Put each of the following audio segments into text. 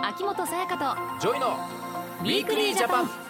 秋元才加とジョイのウィークリージャパン。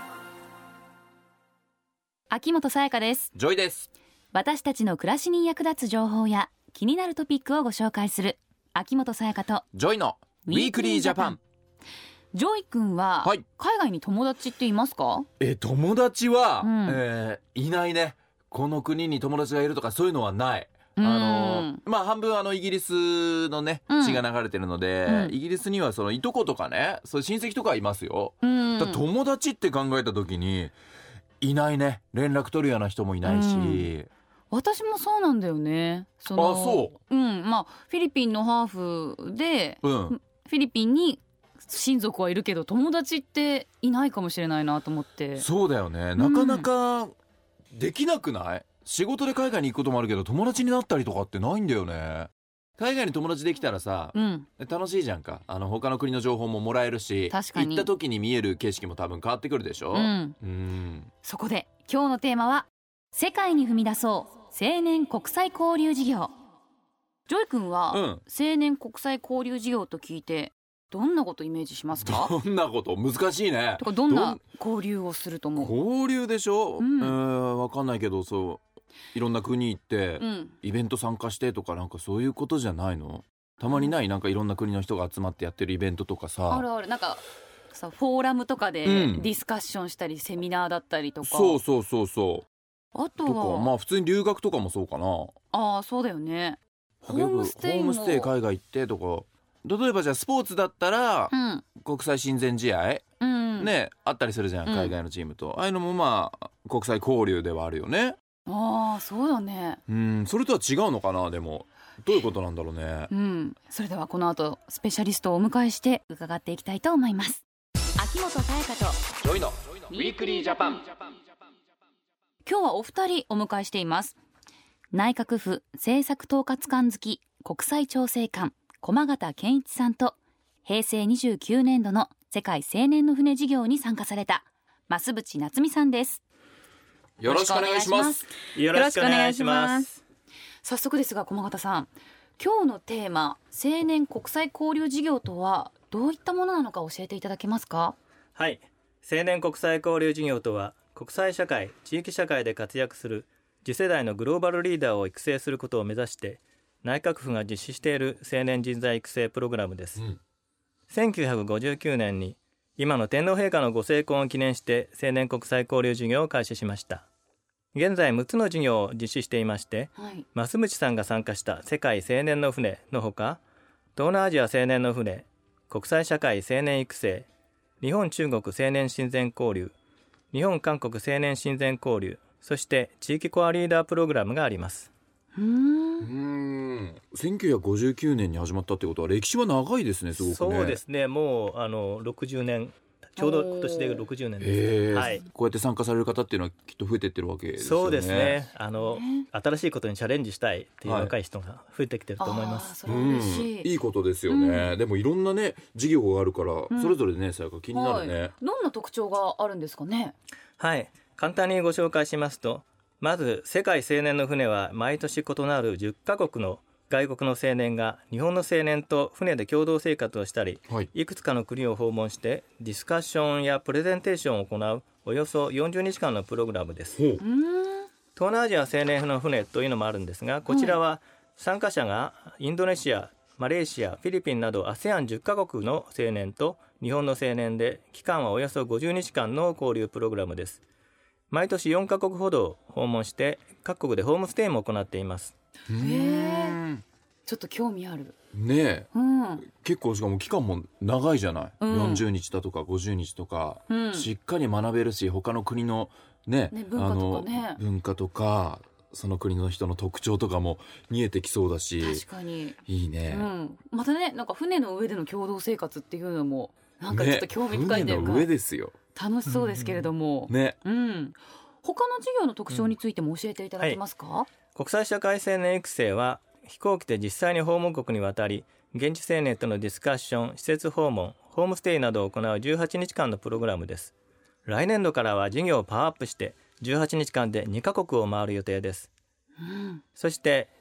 秋元才加です。 ジョイです。 私たちの暮らしに役立つ情報や気になるトピックをご紹介する秋元才加とジョイのウィークリージャパン。 ジョイ君は、海外に友達っていますか？ 友達は、いないね。この国に友達がいるとかそういうのはない。半分イギリスのね血が流れてるので、イギリスにはそのいとことかね、そういう親戚とかいますよ。だ友達って考えた時にいないね。連絡取るような人もいないし、 私もそうなんだよね。フィリピンのハーフで、フィリピンに親族はいるけど友達っていないかもしれないなと思って。そうだよね。なかなかできなくない？仕事で海外に行くこともあるけど友達になったりとかってないんだよね。海外に友達できたらさ、楽しいじゃんか。他の国の情報ももらえるし、確かに行った時に見える景色も多分変わってくるでしょ。そこで今日のテーマは世界に踏み出そう青年国際交流事業。ジョイ君は、青年国際交流事業と聞いてどんなことイメージしますか？どんなこと？難しいね。とかどんな交流をすると思う？交流でしょ、わかんないけど、いろんな国行って、イベント参加してとかなんかそういうことじゃないの？たまにない？なんかいろんな国の人が集まってやってるイベントとかさ。あるある。なんかさ、フォーラムとかでディスカッションしたり、セミナーだったりとか。そうあとは普通に留学とかもそうかな。そうだよね。ホームステイ海外行ってとか。例えばじゃあスポーツだったら、国際親善試合、あったりするじゃん、海外のチームと。ああいうのも国際交流ではあるよね。そうだね。それとは違うのかな。でもどういうことなんだろうね。それではこの後スペシャリストをお迎えして伺っていきたいと思います。秋元才加とジョイのウィークリージャパン。 今日はお二人お迎えしています。内閣府政策統括官付き国際調整官駒形健一さんと、平成29年度の世界青年の船事業に参加された増渕夏美さんです。よろしくお願いします。よろしくお願いします。早速ですが駒形さん、今日のテーマ青年国際交流事業とはどういったものなのか教えていただけますか？ はい、青年国際交流事業とは、国際社会地域社会で活躍する次世代のグローバルリーダーを育成することを目指して内閣府が実施している青年人材育成プログラムです。1959年に今の天皇陛下のご成婚を記念して青年国際交流事業を開始しました。現在6つの事業を実施していまして、増渕さんが参加した世界青年の船のほか、東南アジア青年の船、国際社会青年育成、日本中国青年親善交流、日本韓国青年親善交流、そして地域コアリーダープログラムがあります。 1959年に始まったってことは歴史は長いですね。すごくね。 そうですね。もう60年、ちょうど今年で60年です。 こうやって参加される方っていうのはきっと増えてってるわけですよね。そうですね。 新しいことにチャレンジしたいっていう若い人が増えてきてると思います。 いいことですよね。でもいろんなね事業があるから、それぞれね、それが気になるね。どんな特徴があるんですかね？ はい、簡単にご紹介しますと、まず世界青年の船は毎年異なる10カ国の外国の青年が日本の青年と船で共同生活をしたり、いくつかの国を訪問してディスカッションやプレゼンテーションを行うおよそ40日間のプログラムです。東南アジア青年の船というのもあるんですが、こちらは参加者がインドネシア、マレーシア、フィリピンなど ASEAN10 カ国の青年と日本の青年で、期間はおよそ50日間の交流プログラムです。毎年4カ国ほど訪問して各国でホームステイも行っています。 ちょっと興味あるね。結構しかも期間も長いじゃない、40日だとか50日とか、しっかり学べるし、他の国の文化とかその国の人の特徴とかも見えてきそうだし、確かにいいね。またね、なんか船の上での共同生活っていうのもなんかちょっと興味深いというか、船の上ですよ。楽しそうですけれども、他の事業の特徴についても教えていただけますか？ 国際社会青年育成は飛行機で実際に訪問国に渡り、現地青年とのディスカッション、施設訪問、ホームステイなどを行う18日間のプログラムです。来年度からは事業をパワーアップして18日間で2カ国を回る予定です。そして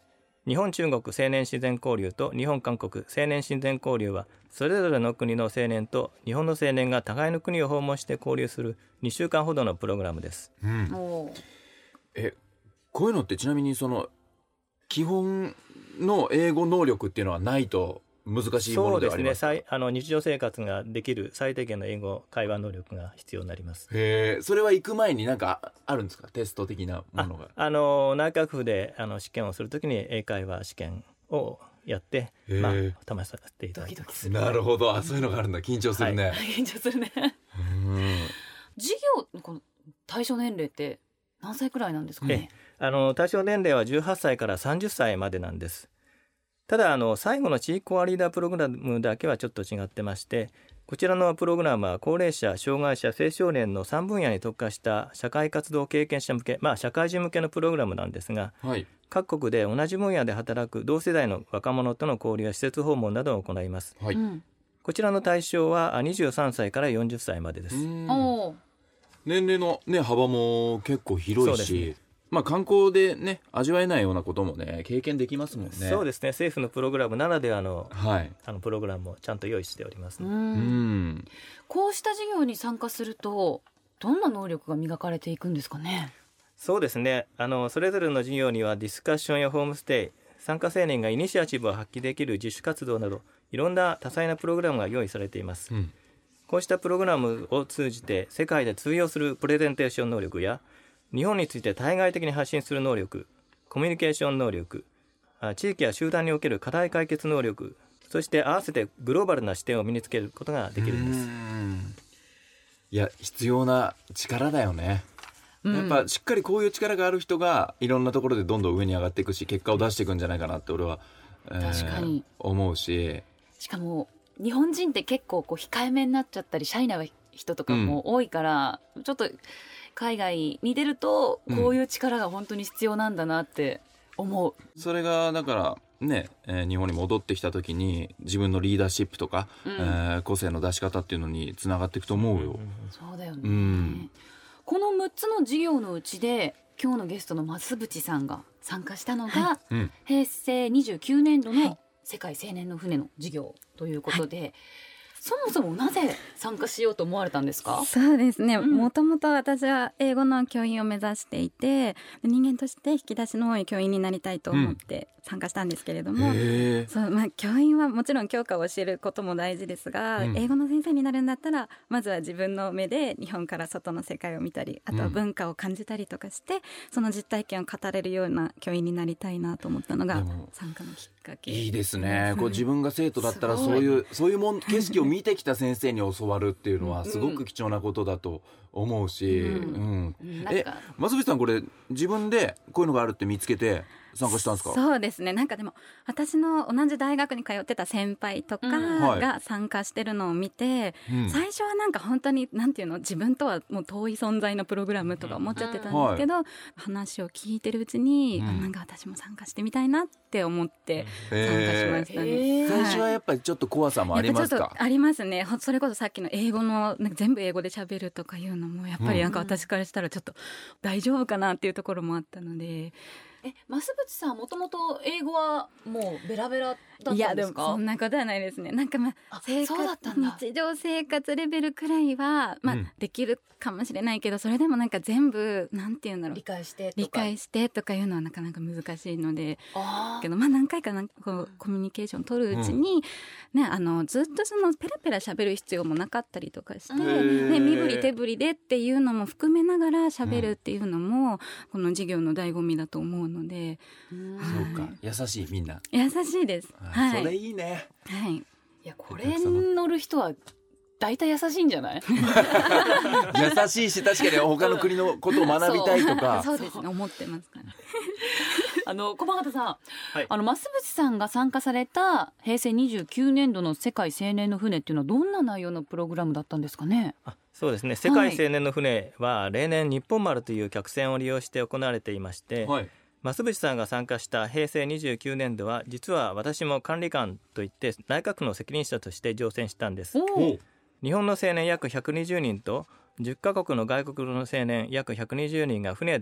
日本中国青年自然交流と日本韓国青年自然交流はそれぞれの国の青年と日本の青年が互いの国を訪問して交流する2週間ほどのプログラムです、 うん、こういうのってちなみにその基本の英語能力っていうのはないと難しいものではありますか？ そうですね、日常生活ができる最低限の英語会話能力が必要になります。 それは行く前に何かあるんですか？テスト的なものが。 内閣府で試験をするときに英会話試験をやって、試させていただきます。 なるほど、そういうのがあるんだ。緊張するね、はい、 緊張するね授業この対象年齢って何歳くらいなんですかね？ 対象年齢は18歳から30歳までなんです。ただ最後の地域コアリーダープログラムだけはちょっと違ってまして、こちらのプログラムは高齢者、障害者、青少年の3分野に特化した社会活動経験者向け、社会人向けのプログラムなんですが、はい、各国で同じ分野で働く同世代の若者との交流や施設訪問などを行います、はい、こちらの対象は23歳から40歳までです。 年齢の、幅も結構広いし、観光でね味わえないようなこともね経験できますもんね。 そうですね、政府のプログラムならではの、プログラムをちゃんと用意しております、ね、 こうした授業に参加するとどんな能力が磨かれていくんですかね？ そうですね、それぞれの授業にはディスカッションやホームステイ、参加青年がイニシアチブを発揮できる自主活動などいろんな多彩なプログラムが用意されています、こうしたプログラムを通じて世界で通用するプレゼンテーション能力や日本について対外的に発信する能力、コミュニケーション能力、地域や集団における課題解決能力、そして合わせてグローバルな視点を身につけることができるんです。 いや必要な力だよね、やっぱしっかりこういう力がある人がいろんなところでどんどん上に上がっていくし結果を出していくんじゃないかなって俺は、 確かに思うし、 しかも日本人って結構控えめになっちゃったりシャイな人とかも多いから、ちょっと海外に出るとこういう力が本当に必要なんだなって思う、 それがだからね、日本に戻ってきた時に自分のリーダーシップとか、個性の出し方っていうのにつながっていくと思うよ、 そうだよね、この6つの授業のうちで今日のゲストの増渕さんが参加したのが、平成29年度の世界青年の船の授業ということで、そもそもなぜ参加しようと思われたんですか？ そうですね、もともと私は英語の教員を目指していて、人間として引き出しの多い教員になりたいと思って参加したんですけれども、教員はもちろん教科を教えることも大事ですが、英語の先生になるんだったらまずは自分の目で日本から外の世界を見たり、あとは文化を感じたりとかして、その実体験を語れるような教員になりたいなと思ったのが参加のきっかけ。 いいですね、こう自分が生徒だったらそういう景色を見てきた先生に教わるっていうのはすごく貴重なことだと思うし、増渕さんこれ自分でこういうのがあるって見つけて参加したんですか？ そうですね、でも私の同じ大学に通ってた先輩とかが参加してるのを見て、最初は本当になんていうの、自分とはもう遠い存在のプログラムとか思っちゃってたんですけど、話を聞いてるうちに、私も参加してみたいなって思って参加しましたね、 最初はやっぱりちょっと怖さもありますか？ やっぱちょっとありますね。それこそさっきの英語の全部英語で喋るとかいうのもやっぱり私からしたらちょっと大丈夫かなっていうところもあったので。 増渕さんもともと英語はもうベラベラだったんですか？ いやでもそんなことはないですね。 そうだったんだ。 日常生活レベルくらいは、できるかもしれないけど、それでも全部なんていうんだろう、 理解してとかいうのはなかなか難しいので、けど何回かこうコミュニケーション取るうちに、ずっとペラペラ喋る必要もなかったりとかして、身振り手振りでっていうのも含めながら喋るっていうのも、この授業の醍醐味だと思うので、 そうか、優しい、みんな優しいです、 それいいね。 いやこれに乗る人は大体優しいんじゃない？ 優しいし、確かに他の国のことを学びたいとかそうですね、思ってますから駒形さん、増渕さんが参加された平成29年度の世界青年の船っていうのはどんな内容のプログラムだったんですかね？ そうですね、世界青年の船は例年日本丸という客船を利用して行われていまして、増渕さんが参加した平成29年度は実は私も管理官といって内閣府の責任者として乗船したんです。日本の青年約120人と10カ国の外国の青年約120人が船で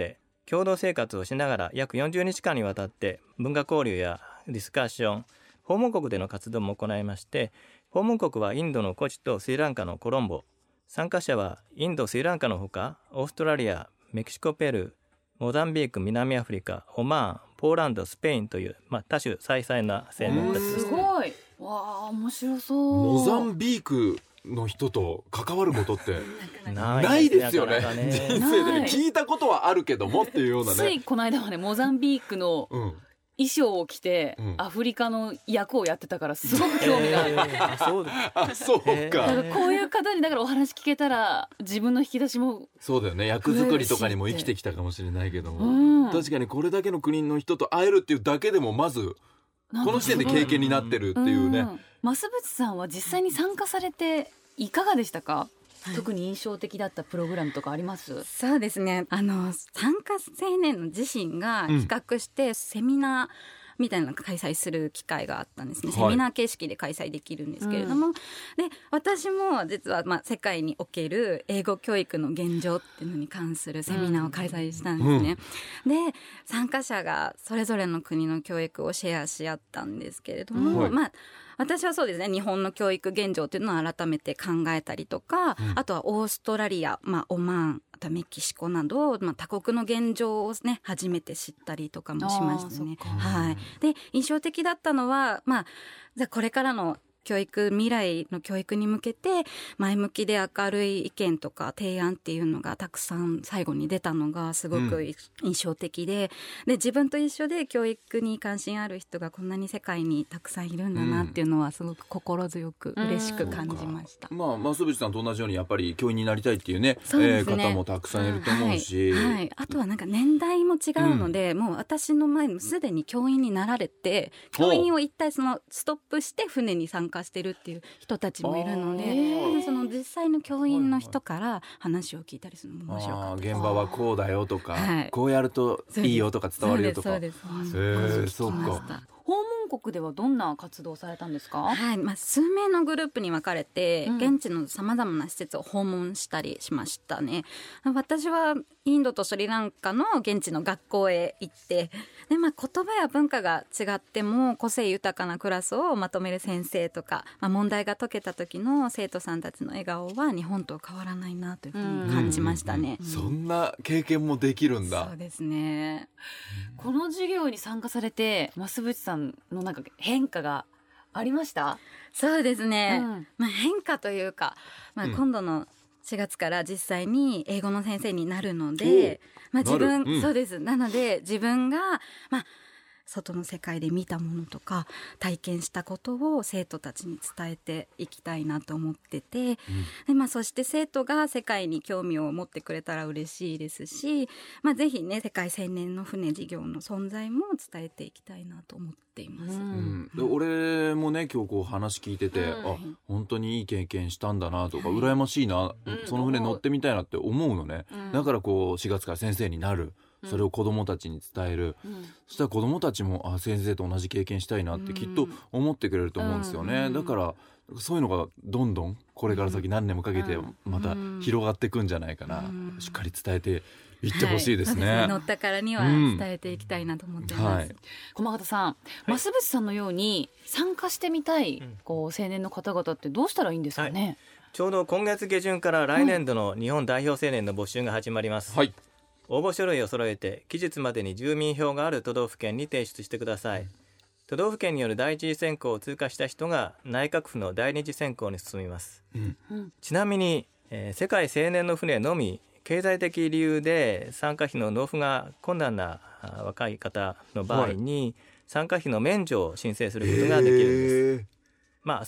共同生活をしながら約40日間にわたって文化交流やディスカッション、訪問国での活動も行いまして、訪問国はインドのコチとスリランカのコロンボ、参加者はインド、スリランカのほかオーストラリア、メキシコ、ペルー、モザンビーク、南アフリカ、オマーン、ポーランド、スペインという、多種多彩な青年たちです。 すごい。わあ、面白そう。 モザンビークの人と関わることってないですよね。人生でね、聞いたことはあるけどもっていうようなね。 ついこの間までモザンビークの衣装を着て、アフリカの役をやってたからすごく興味がある。 そうか。 だからこういう方にだからお話聞けたら自分の引き出しもそうだよね。役作りとかにも生きてきたかもしれないけども、確かにこれだけの国の人と会えるっていうだけでもまずこの時点で経験になってるっていうね。 増渕さんは実際に参加されていかがでしたか？特に印象的だったプログラムとかあります？ そうですね、参加青年の自身が企画してセミナーみたいなのを開催する機会があったんですね。セミナー形式で開催できるんですけれども、で私も実は世界における英語教育の現状っていうのに関するセミナーを開催したんですね。で参加者がそれぞれの国の教育をシェアし合ったんですけれども、私はそうですね、日本の教育現状っていうのを改めて考えたりとか、あとはオーストラリア、オマーン、あとメキシコなど、他国の現状をね初めて知ったりとかもしましたね。はい。で印象的だったのは、じゃあこれからの教育、未来の教育に向けて前向きで明るい意見とか提案っていうのがたくさん最後に出たのがすごく印象的で、自分と一緒で教育に関心ある人がこんなに世界にたくさんいるんだなっていうのはすごく心強く嬉しく感じました。 増渕さんと同じようにやっぱり教員になりたいっていうね、方もたくさんいると思うし、 あとは年代も違うので、もう私の前にすでに教員になられて、教員を一体ストップして船に参加してるっていう人たちもいるので、その実際の教員の人から話を聞いたりするのも面白かったです。 現場はこうだよとか、こうやるといいよとか伝わるよとか。 そうです。 そうか。 訪問国ではどんな活動をされたんですか？ 数名のグループに分かれて、現地のさまざまな施設を訪問したりしましたね。私はインドとスリランカの現地の学校へ行って、で、言葉や文化が違っても個性豊かなクラスをまとめる先生とか、問題が解けた時の生徒さんたちの笑顔は日本と変わらないなというふうに感じましたね。 そんな経験もできるんだ。 そうですね。 この授業に参加されて増渕さんの変化がありました？ そうですね、変化というか、今度の4月から実際に英語の先生になるので、自分、そうです。なので自分が外の世界で見たものとか体験したことを生徒たちに伝えていきたいなと思ってて、でそして生徒が世界に興味を持ってくれたら嬉しいですし、ぜひね世界青年の船事業の存在も伝えていきたいなと思っています。 俺もね今日こう話聞いてて、本当にいい経験したんだなとか、羨ましいな、その船乗ってみたいなって思うのね。だからこう4月から先生になる。それを子どもたちに伝える、そしたら子どもたちも先生と同じ経験したいなってきっと思ってくれると思うんですよね。だからそういうのがどんどんこれから先何年もかけてまた広がっていくんじゃないかな。しっかり伝えていってほしいですね。 乗ったからには伝えていきたいなと思っています。 駒形さん、増渕さんのように参加してみたい青年の方々ってどうしたらいいんですかね？ ちょうど今月下旬から来年度の日本代表青年の募集が始まります。応募書類を揃えて期日までに住民票がある都道府県に提出してください。都道府県による第一次選考を通過した人が内閣府の第二次選考に進みます。ちなみに、世界青年の船のみ経済的理由で参加費の納付が困難な若い方の場合に、参加費の免除を申請することができるんです。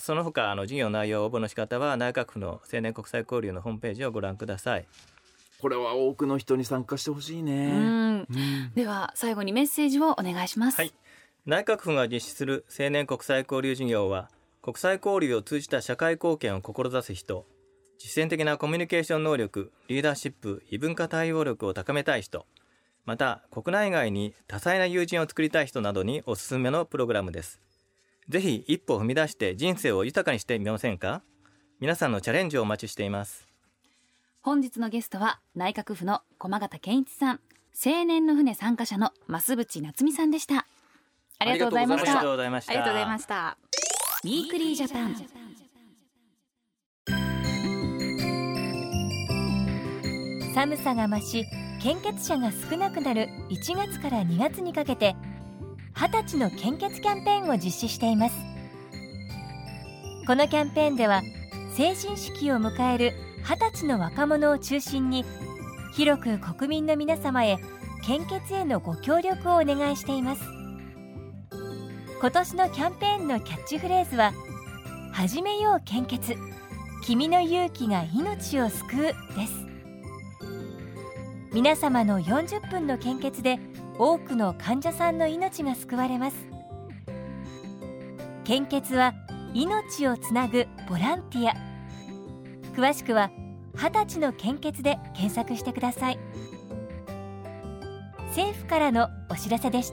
その他授業内容応募の仕方は内閣府の青年国際交流のホームページをご覧ください。 これは多くの人に参加してほしいね。 では最後にメッセージをお願いします。 内閣府が実施する青年国際交流事業は、国際交流を通じた社会貢献を志す人、実践的なコミュニケーション能力、リーダーシップ、異文化対応力を高めたい人、また国内外に多彩な友人を作りたい人などにおすすめのプログラムです。ぜひ一歩踏み出して人生を豊かにしてみませんか？皆さんのチャレンジをお待ちしています。 本日のゲストは内閣府の駒形健一さん、 青年の船参加者の増渕夏美さんでした。ありがとうございました。 ありがとうございました。 ありがとうございました。 ウィークリージャパン。 寒さが増し、献血者が少なくなる1月から2月にかけて、20歳の献血キャンペーンを実施しています。このキャンペーンでは、成人式を迎える20歳の若者を中心に、広く国民の皆様へ献血へのご協力をお願いしています。今年のキャンペーンのキャッチフレーズは、始めよう献血、君の勇気が命を救うです。皆様の40分の献血で多くの患者さんの命が救われます。献血は命をつなぐボランティア。詳しくは20歳の献血で検索してください。政府からのお知らせでした。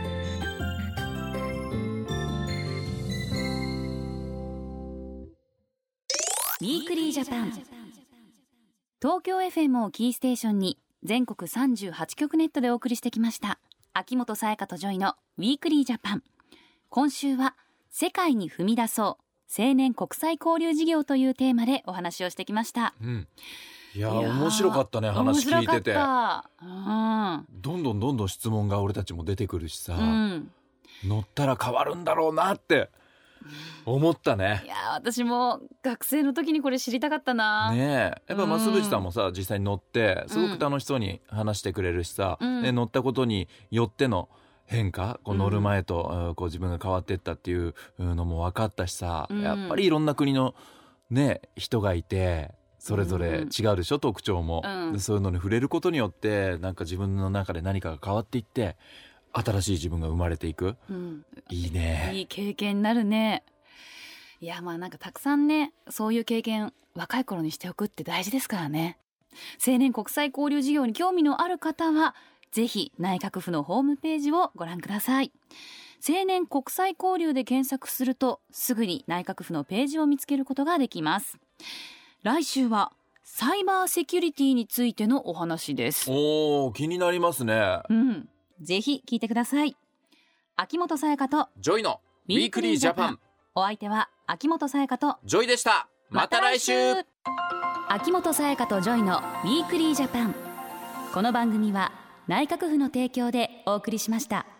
ウィークリージャパン。東京 FM をキーステーションに全国38局ネットでお送りしてきました秋元才加とジョイのウィークリージャパン。今週は世界に踏み出そう青年国際交流事業というテーマでお話をしてきました。 いや面白かったね。話聞いてて、どんどん質問が俺たちも出てくるしさ、乗ったら変わるんだろうなって思ったね。 いや私も学生の時にこれ知りたかったな。 ねえ、やっぱ増渕さんもさ、実際に乗ってすごく楽しそうに話してくれるしさ、乗ったことによっての変化、こう乗る前と、こう自分が変わっていったっていうのも分かったしさ、やっぱりいろんな国のね人がいてそれぞれ違うでしょ、特徴も、でそういうのに触れることによってなんか自分の中で何かが変わっていって新しい自分が生まれていく、いいね。 いい経験になるね。いやなんかたくさんねそういう経験若い頃にしておくって大事ですからね。青年国際交流事業に興味のある方はぜひ内閣府のホームページをご覧ください。青年国際交流で検索するとすぐに内閣府のページを見つけることができます。来週はサイバーセキュリティについてのお話です。 おー、気になりますね。 ぜひ聞いてください。秋元才加とジョイのウィークリージャパン。 お相手は秋元才加とジョイでした。また来週。 秋元才加とジョイのウィークリージャパン。この番組は内閣府の提供でお送りしました。